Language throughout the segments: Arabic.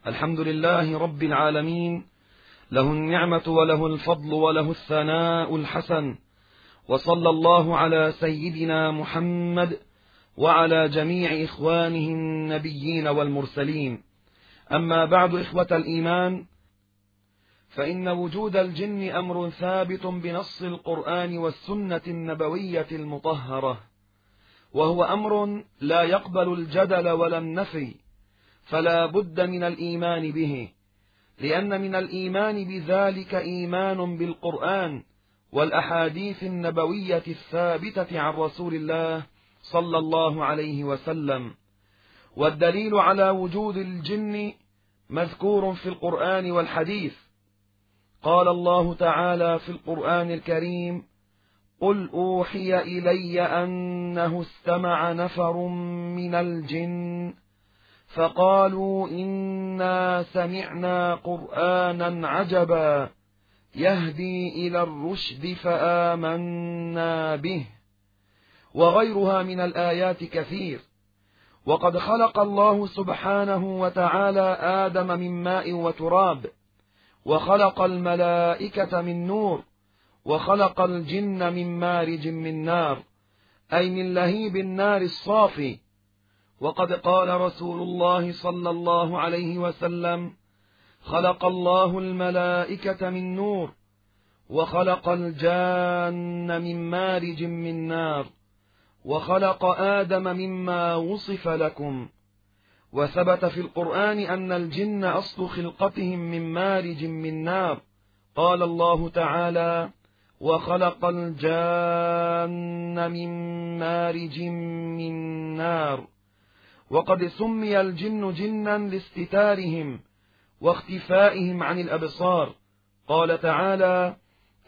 الحمد لله رب العالمين، له النعمة وله الفضل وله الثناء الحسن، وصلى الله على سيدنا محمد وعلى جميع إخوانه النبيين والمرسلين. أما بعد، إخوة الإيمان، فإن وجود الجن أمر ثابت بنص القرآن والسنة النبوية المطهرة، وهو أمر لا يقبل الجدل ولا النفي، فلا بد من الإيمان به، لأن من الإيمان بذلك إيمان بالقرآن والأحاديث النبوية الثابتة عن رسول الله صلى الله عليه وسلم. والدليل على وجود الجن مذكور في القرآن والحديث. قال الله تعالى في القرآن الكريم: قل أوحي إلي أنه استمع نفر من الجن فقالوا إنا سمعنا قرآنا عجبا يهدي إلى الرشد فآمنا به، وغيرها من الآيات كثير. وقد خلق الله سبحانه وتعالى آدم من ماء وتراب، وخلق الملائكة من نور، وخلق الجن من مارج من نار، أي من لهيب النار الصافي. وقد قال رسول الله صلى الله عليه وسلم: خلق الله الملائكة من نور، وخلق الجان من مارج من نار، وخلق آدم مما وصف لكم. وثبت في القرآن أن الجن أصل خلقتهم من مارج من نار. قال الله تعالى: وخلق الجان من مارج من نار. وقد سمي الجن جنا لاستتارهم واختفائهم عن الأبصار. قال تعالى: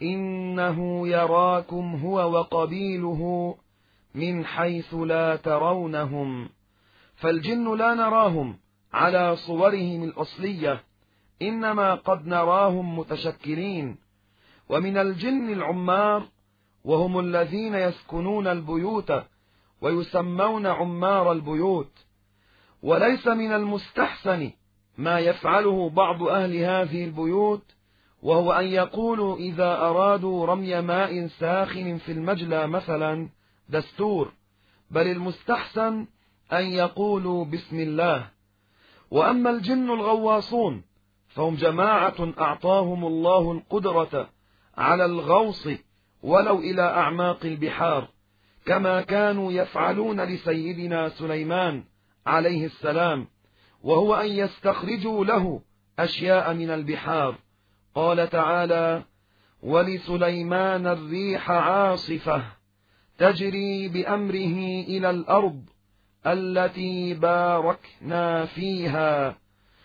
إنه يراكم هو وقبيله من حيث لا ترونهم. فالجن لا نراهم على صورهم الأصلية، إنما قد نراهم متشكلين. ومن الجن العمار، وهم الذين يسكنون البيوت ويسمون عمار البيوت. وليس من المستحسن ما يفعله بعض أهل هذه البيوت، وهو أن يقولوا إذا أرادوا رمي ماء ساخن في المجلى مثلا: دستور، بل المستحسن أن يقولوا بسم الله. وأما الجن الغواصون فهم جماعة أعطاهم الله القدرة على الغوص ولو إلى أعماق البحار، كما كانوا يفعلون لسيدنا سليمان عليه السلام، وهو أن يستخرجوا له أشياء من البحار. قال تعالى: ولسليمان الريح عاصفة تجري بأمره إلى الأرض التي باركنا فيها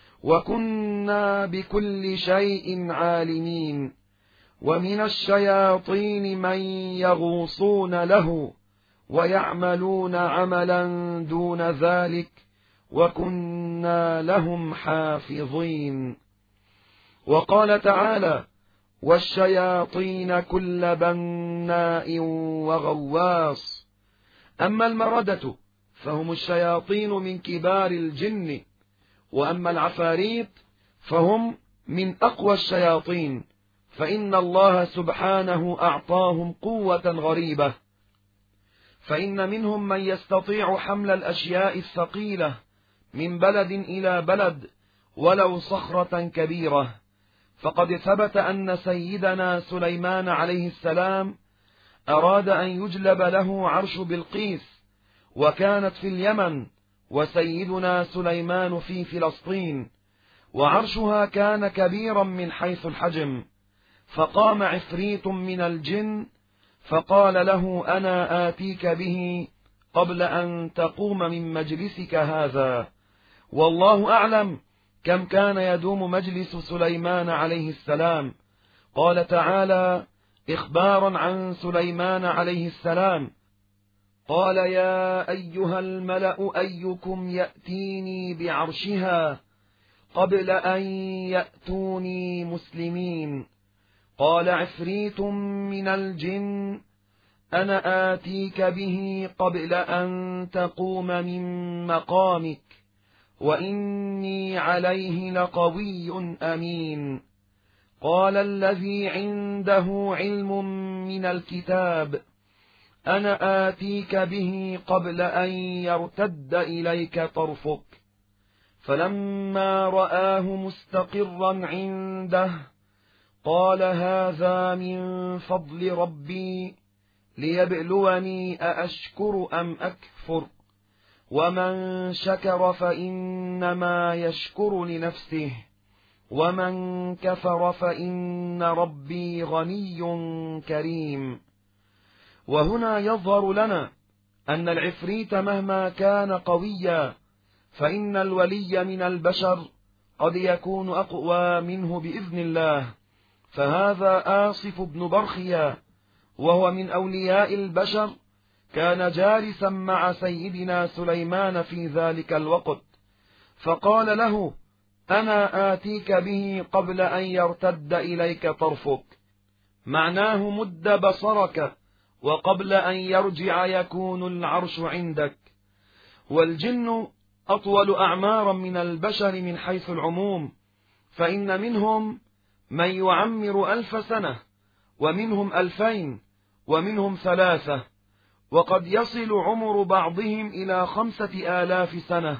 وكنا بكل شيء عالمين. ومن الشياطين من يغوصون له ويعملون عملا دون ذلك وكنا لهم حافظين. وقال تعالى: والشياطين كل بناء وغواص. أما المردة فهم الشياطين من كبار الجن، وأما العفاريت فهم من أقوى الشياطين، فإن الله سبحانه أعطاهم قوة غريبة. فإن منهم من يستطيع حمل الأشياء الثقيلة من بلد إلى بلد ولو صخرة كبيرة. فقد ثبت أن سيدنا سليمان عليه السلام أراد أن يجلب له عرش بلقيس، وكانت في اليمن، وسيدنا سليمان في فلسطين، وعرشها كان كبيرا من حيث الحجم. فقام عفريت من الجن فقال له: أنا آتيك به قبل أن تقوم من مجلسك هذا. والله أعلم كم كان يدوم مجلس سليمان عليه السلام. قال تعالى إخبارا عن سليمان عليه السلام: قال يا أيها الملأ أيكم يأتيني بعرشها قبل أن يأتوني مسلمين. قال عفريت من الجن أنا آتيك به قبل أن تقوم من مقامك. وإني عليه لقوي أمين. قال الذي عنده علم من الكتاب أنا آتيك به قبل أن يرتد إليك طرفك. فلما رآه مستقرا عنده قال هذا من فضل ربي ليبلوني أأشكر أم أكفر، ومن شكر فإنما يشكر لنفسه، ومن كفر فإن ربي غني كريم. وهنا يظهر لنا أن العفريت مهما كان قويا فإن الولي من البشر قد يكون أقوى منه بإذن الله. فهذا آصف بن برخيا وهو من أولياء البشر كان جالسا مع سيدنا سليمان في ذلك الوقت، فقال له أنا آتيك به قبل أن يرتد إليك طرفك، معناه مد بصرك وقبل أن يرجع يكون العرش عندك. والجن أطول أعمارا من البشر من حيث العموم، فإن منهم من يعمر 1000 سنة، ومنهم 2000، ومنهم 3، وقد يصل عمر بعضهم إلى 5000 سنة.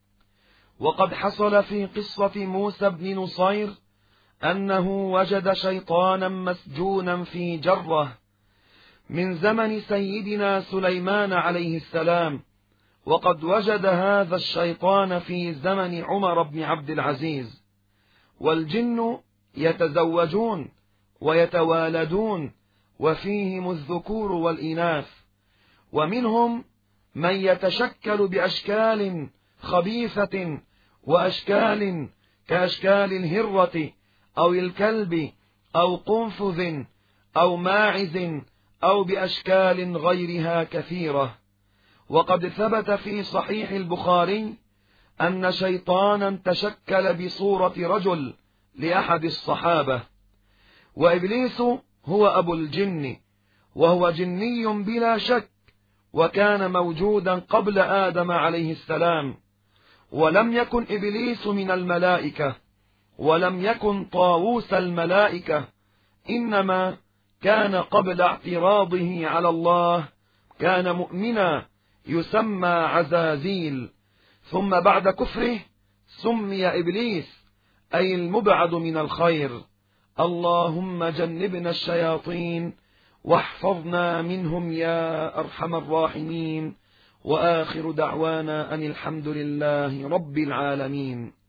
وقد حصل في قصة موسى بن نصير أنه وجد شيطانا مسجونا في جرة من زمن سيدنا سليمان عليه السلام، وقد وجد هذا الشيطان في زمن عمر بن عبد العزيز. والجن يتزوجون ويتوالدون، وفيهم الذكور والإناث، ومنهم من يتشكل بأشكال خبيثة وأشكال كأشكال الهرة أو الكلب أو قنفذ أو ماعز أو بأشكال غيرها كثيرة. وقد ثبت في صحيح البخاري أن شيطانا تشكل بصورة رجل لأحد الصحابة. وإبليس هو أبو الجن، وهو جني بلا شك، وكان موجودا قبل آدم عليه السلام، ولم يكن إبليس من الملائكة، ولم يكن طاووس الملائكة، إنما كان قبل اعتراضه على الله كان مؤمنا يسمى عزازيل، ثم بعد كفره سمي إبليس، أي المبعد من الخير. اللهم جنبنا الشياطين واحفظنا منهم يا أرحم الراحمين. وآخر دعوانا أن الحمد لله رب العالمين.